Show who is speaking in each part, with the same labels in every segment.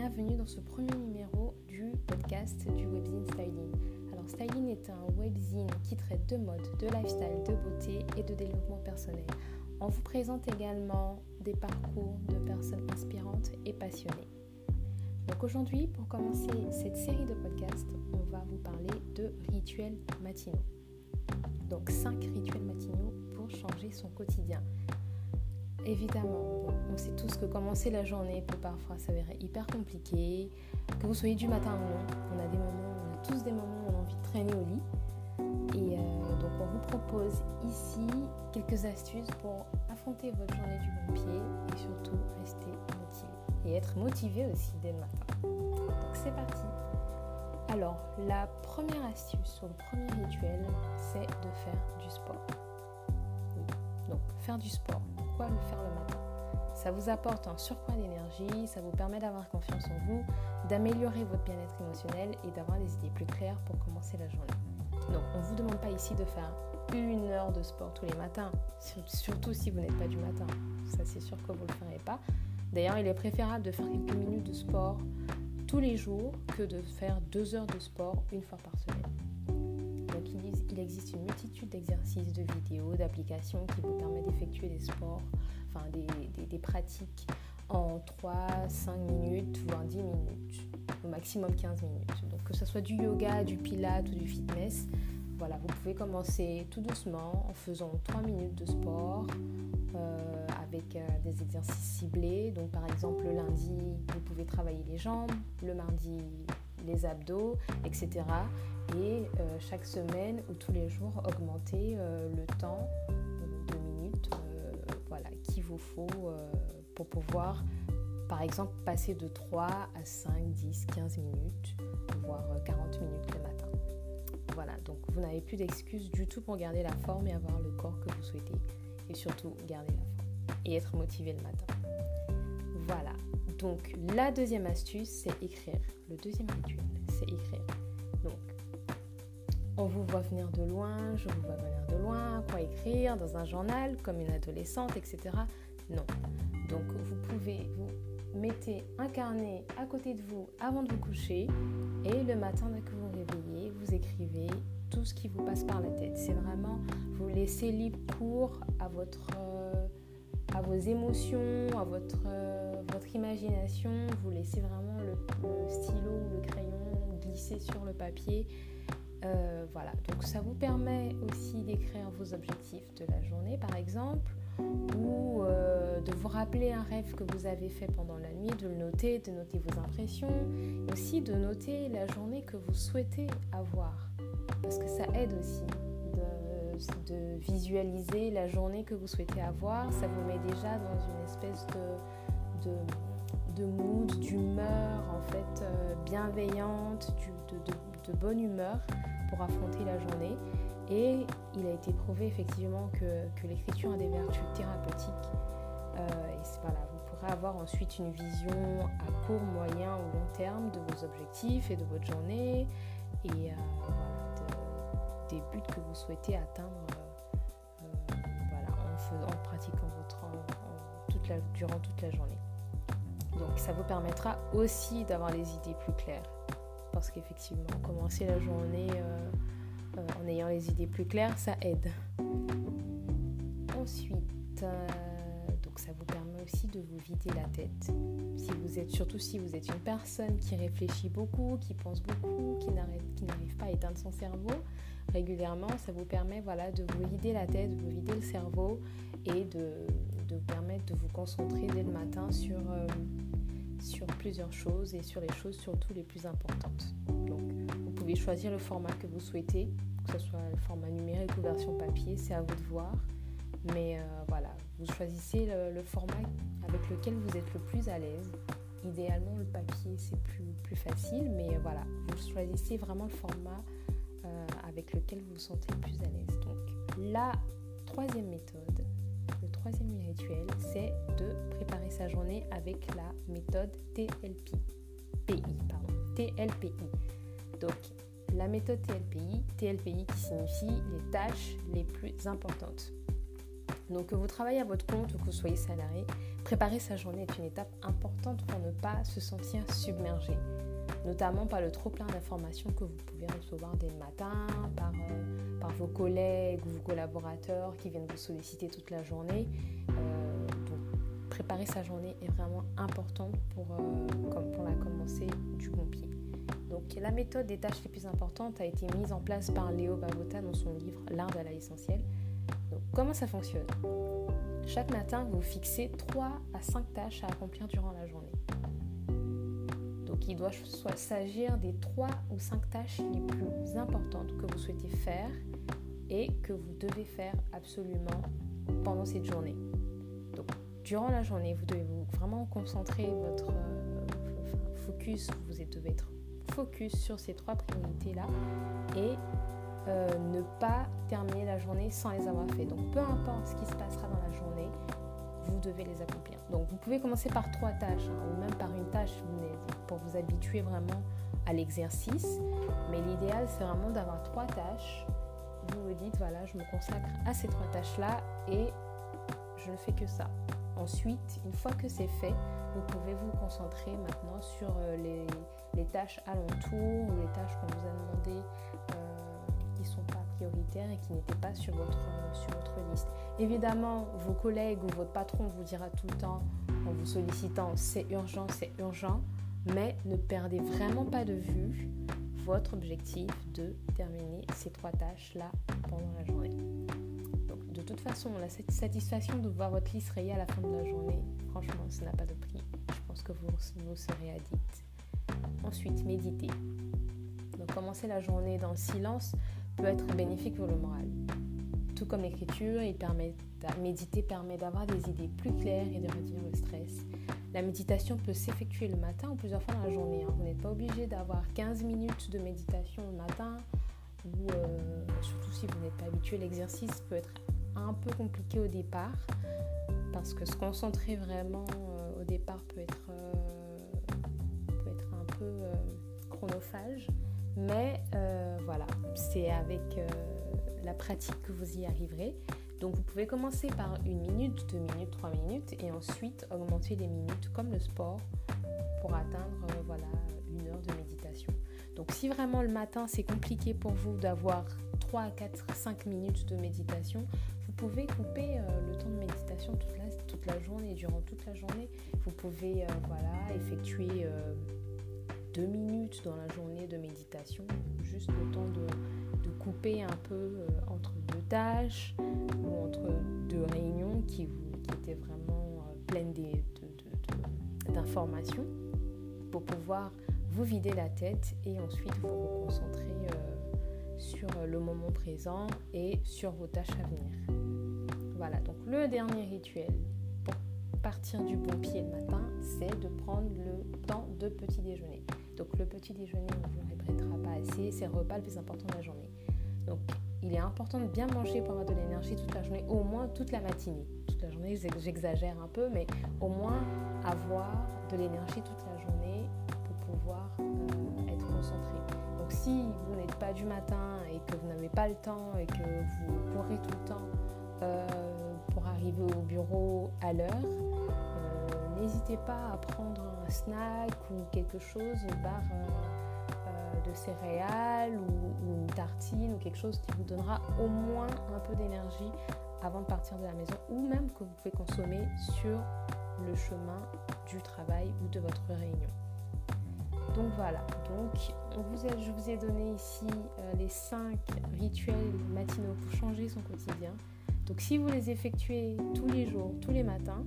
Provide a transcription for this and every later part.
Speaker 1: bienvenue dans ce premier numéro du podcast du webzine Styling. Alors Styling est un webzine qui traite de mode, de lifestyle, de beauté et de développement personnel. On vous présente également des parcours de personnes inspirantes et passionnées. Donc aujourd'hui, pour commencer cette série de podcasts, on va vous parler de rituels matinaux. Donc 5 rituels matinaux pour changer son quotidien. Évidemment, on sait tous que commencer la journée peut parfois s'avérer hyper compliqué, que vous soyez du matin ou non. On a tous des moments où on a envie de traîner au lit. Et donc on vous propose ici quelques astuces pour affronter votre journée du bon pied et surtout rester motivé. Et être motivé aussi dès le matin. Donc c'est parti. Alors, la première astuce ou le premier rituel, c'est de faire du sport. Oui. Donc faire du sport. Pourquoi le faire le matin ? Ça vous apporte un surcroît d'énergie, ça vous permet d'avoir confiance en vous, d'améliorer votre bien-être émotionnel et d'avoir des idées plus claires pour commencer la journée. Donc on ne vous demande pas ici de faire 1 heure de sport tous les matins, surtout si vous n'êtes pas du matin. Ça c'est sûr que vous ne le ferez pas. D'ailleurs il est préférable de faire quelques minutes de sport tous les jours que de faire 2 heures de sport une fois par semaine. Donc il existe une multitude d'exercices, de vidéos, d'applications qui vous permettent d'effectuer des sports, enfin des pratiques en 3, 5 minutes, voire 10 minutes, au maximum 15 minutes. Donc que ce soit du yoga, du pilates ou du fitness, voilà, vous pouvez commencer tout doucement en faisant 3 minutes de sport avec des exercices ciblés. Donc par exemple le lundi, vous pouvez travailler les jambes, le mardi les abdos, etc. Et chaque semaine ou tous les jours, augmenter le temps de minutes qu'il vous faut pour pouvoir, par exemple, passer de 3 à 5, 10, 15 minutes, voire 40 minutes le matin. Voilà, donc vous n'avez plus d'excuses du tout pour garder la forme et avoir le corps que vous souhaitez. Et surtout, garder la forme et être motivé le matin. Voilà, donc la deuxième astuce, c'est écrire. Le deuxième rituel, c'est écrire. Donc, on vous voit venir de loin, je vous vois venir de loin, quoi écrire dans un journal, comme une adolescente, etc. Non. Donc, vous mettez un carnet à côté de vous avant de vous coucher et le matin, dès que vous vous réveillez, vous écrivez tout ce qui vous passe par la tête. C'est vraiment, vous laissez libre cours à vos émotions, à votre imagination. Vous laissez vraiment le stylo ou le crayon glisser sur le papier. Voilà, donc ça vous permet aussi d'écrire vos objectifs de la journée par exemple, ou de vous rappeler un rêve que vous avez fait pendant la nuit, de le noter, de noter vos impressions, et aussi de noter la journée que vous souhaitez avoir, parce que ça aide aussi de visualiser la journée que vous souhaitez avoir. Ça vous met déjà dans une espèce de mood, d'humeur en fait bienveillante, de bonne humeur pour affronter la journée. Et il a été prouvé effectivement que l'écriture a des vertus thérapeutiques. Vous pourrez avoir ensuite une vision à court, moyen ou long terme de vos objectifs et de votre journée et des buts que vous souhaitez atteindre en pratiquant durant toute la journée. Donc ça vous permettra aussi d'avoir les idées plus claires, parce qu'effectivement commencer la journée en ayant les idées plus claires, ça aide. Ensuite, donc ça vous permet aussi de vous vider la tête. Surtout si vous êtes une personne qui réfléchit beaucoup, qui pense beaucoup, qui n'arrive pas à éteindre son cerveau régulièrement, ça vous permet de vous vider la tête, de vous vider le cerveau et de vous permettre de vous concentrer dès le matin sur plusieurs choses et sur les choses surtout les plus importantes. Donc vous pouvez choisir le format que vous souhaitez, que ce soit le format numérique ou version papier, c'est à vous de voir. Mais vous choisissez le format avec lequel vous êtes le plus à l'aise. Idéalement, le papier, c'est plus facile, mais vous choisissez vraiment le format avec lequel vous vous sentez le plus à l'aise. Donc, la troisième méthode, le troisième rituel, c'est de préparer sa journée avec la méthode TLPI. Donc, la méthode TLPI qui signifie les tâches les plus importantes. Donc que vous travaillez à votre compte ou que vous soyez salarié, préparer sa journée est une étape importante pour ne pas se sentir submergé, notamment par le trop-plein d'informations que vous pouvez recevoir dès le matin, par vos collègues ou vos collaborateurs qui viennent vous solliciter toute la journée. Donc préparer sa journée est vraiment importante pour la commencer du bon pied. Donc la méthode des tâches les plus importantes a été mise en place par Leo Babauta dans son livre L'art de l'essentiel. Donc comment ça fonctionne ? Chaque matin, vous fixez 3 à 5 tâches à accomplir durant la journée. Donc il doit s'agir des 3 ou 5 tâches les plus importantes que vous souhaitez faire et que vous devez faire absolument pendant cette journée. Donc durant la journée, vous devez vraiment concentrer votre focus, vous devez être focus sur ces 3 priorités-là et ne pas terminer la journée sans les avoir fait. Donc peu importe ce qui se passera dans la journée, vous devez les accomplir. Donc vous pouvez commencer par 3 tâches ou même par une tâche pour vous habituer vraiment à l'exercice. Mais l'idéal, c'est vraiment d'avoir 3 tâches. Vous vous dites, voilà, je me consacre à ces 3 tâches-là et je ne fais que ça. Ensuite, une fois que c'est fait, vous pouvez vous concentrer maintenant sur les tâches alentours ou les tâches qu'on vous a demandées qui ne sont pas prioritaires et qui n'étaient pas sur votre liste. Évidemment, vos collègues ou votre patron vous dira tout le temps en vous sollicitant c'est urgent, mais ne perdez vraiment pas de vue votre objectif de terminer ces 3 tâches-là pendant la journée. Donc, de toute façon, la satisfaction de voir votre liste rayée à la fin de la journée, franchement, ça n'a pas de prix. Je pense que vous serez addict. Ensuite, méditer. Donc, commencer la journée dans le silence peut être bénéfique pour le moral. Tout comme l'écriture, méditer permet d'avoir des idées plus claires et de réduire le stress. La méditation peut s'effectuer le matin ou plusieurs fois dans la journée. Vous n'êtes pas obligé d'avoir 15 minutes de méditation le matin ou surtout si vous n'êtes pas habitué, l'exercice peut être un peu compliqué au départ parce que se concentrer vraiment au départ peut être un peu chronophage. Mais voilà, c'est avec la pratique que vous y arriverez. Donc vous pouvez commencer par 1 minute, 2 minutes, 3 minutes et ensuite augmenter les minutes comme le sport pour atteindre 1 heure de méditation. Donc si vraiment le matin c'est compliqué pour vous d'avoir 3, 4, 5 minutes de méditation, vous pouvez couper le temps de méditation toute la journée. Durant toute la journée, vous pouvez effectuer 2 minutes dans la journée de méditation, juste le temps de couper un peu entre 2 tâches ou entre 2 réunions qui étaient vraiment pleines d'informations pour pouvoir vous vider la tête et ensuite vous reconcentrer sur le moment présent et sur vos tâches à venir. Voilà, donc le dernier rituel pour partir du bon pied le matin, c'est de prendre le temps de petit déjeuner. Donc le petit déjeuner, on ne vous le répétera pas assez, c'est le repas le plus important de la journée. Donc il est important de bien manger pour avoir de l'énergie toute la journée, au moins toute la matinée. Toute la journée, j'exagère un peu, mais au moins avoir de l'énergie toute la journée pour pouvoir être concentré. Donc si vous n'êtes pas du matin et que vous n'avez pas le temps et que vous courez tout le temps pour arriver au bureau à l'heure, n'hésitez pas à prendre un snack ou quelque chose, une barre de céréales ou une tartine ou quelque chose qui vous donnera au moins un peu d'énergie avant de partir de la maison ou même que vous pouvez consommer sur le chemin du travail ou de votre réunion. Donc voilà, je vous ai donné ici les 5 rituels matinaux pour changer son quotidien. Donc si vous les effectuez tous les jours, tous les matins,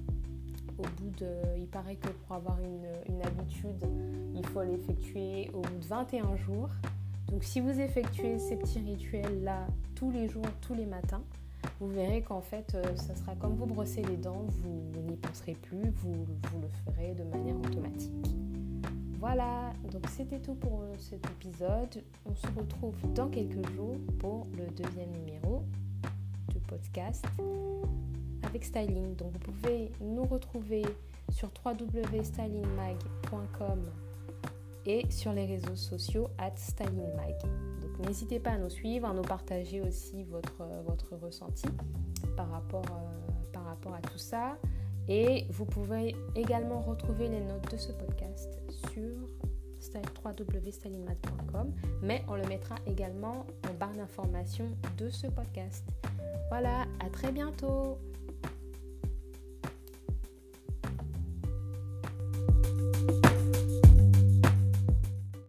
Speaker 1: il paraît que pour avoir une habitude, il faut l'effectuer au bout de 21 jours. Donc si vous effectuez ces petits rituels-là tous les jours, tous les matins, vous verrez qu'en fait, ça sera comme vous brosser les dents, vous n'y penserez plus, vous le ferez de manière automatique. Voilà, donc c'était tout pour cet épisode. On se retrouve dans quelques jours pour le 2e numéro de podcast avec Styling. Donc vous pouvez nous retrouver sur www.stylingmag.com et sur les réseaux sociaux @stylingmag. Donc n'hésitez pas à nous suivre, à nous partager aussi votre ressenti par rapport à tout ça. Et vous pouvez également retrouver les notes de ce podcast sur www.stylingmag.com, mais on le mettra également en barre d'informations de ce podcast. Voilà, à très bientôt.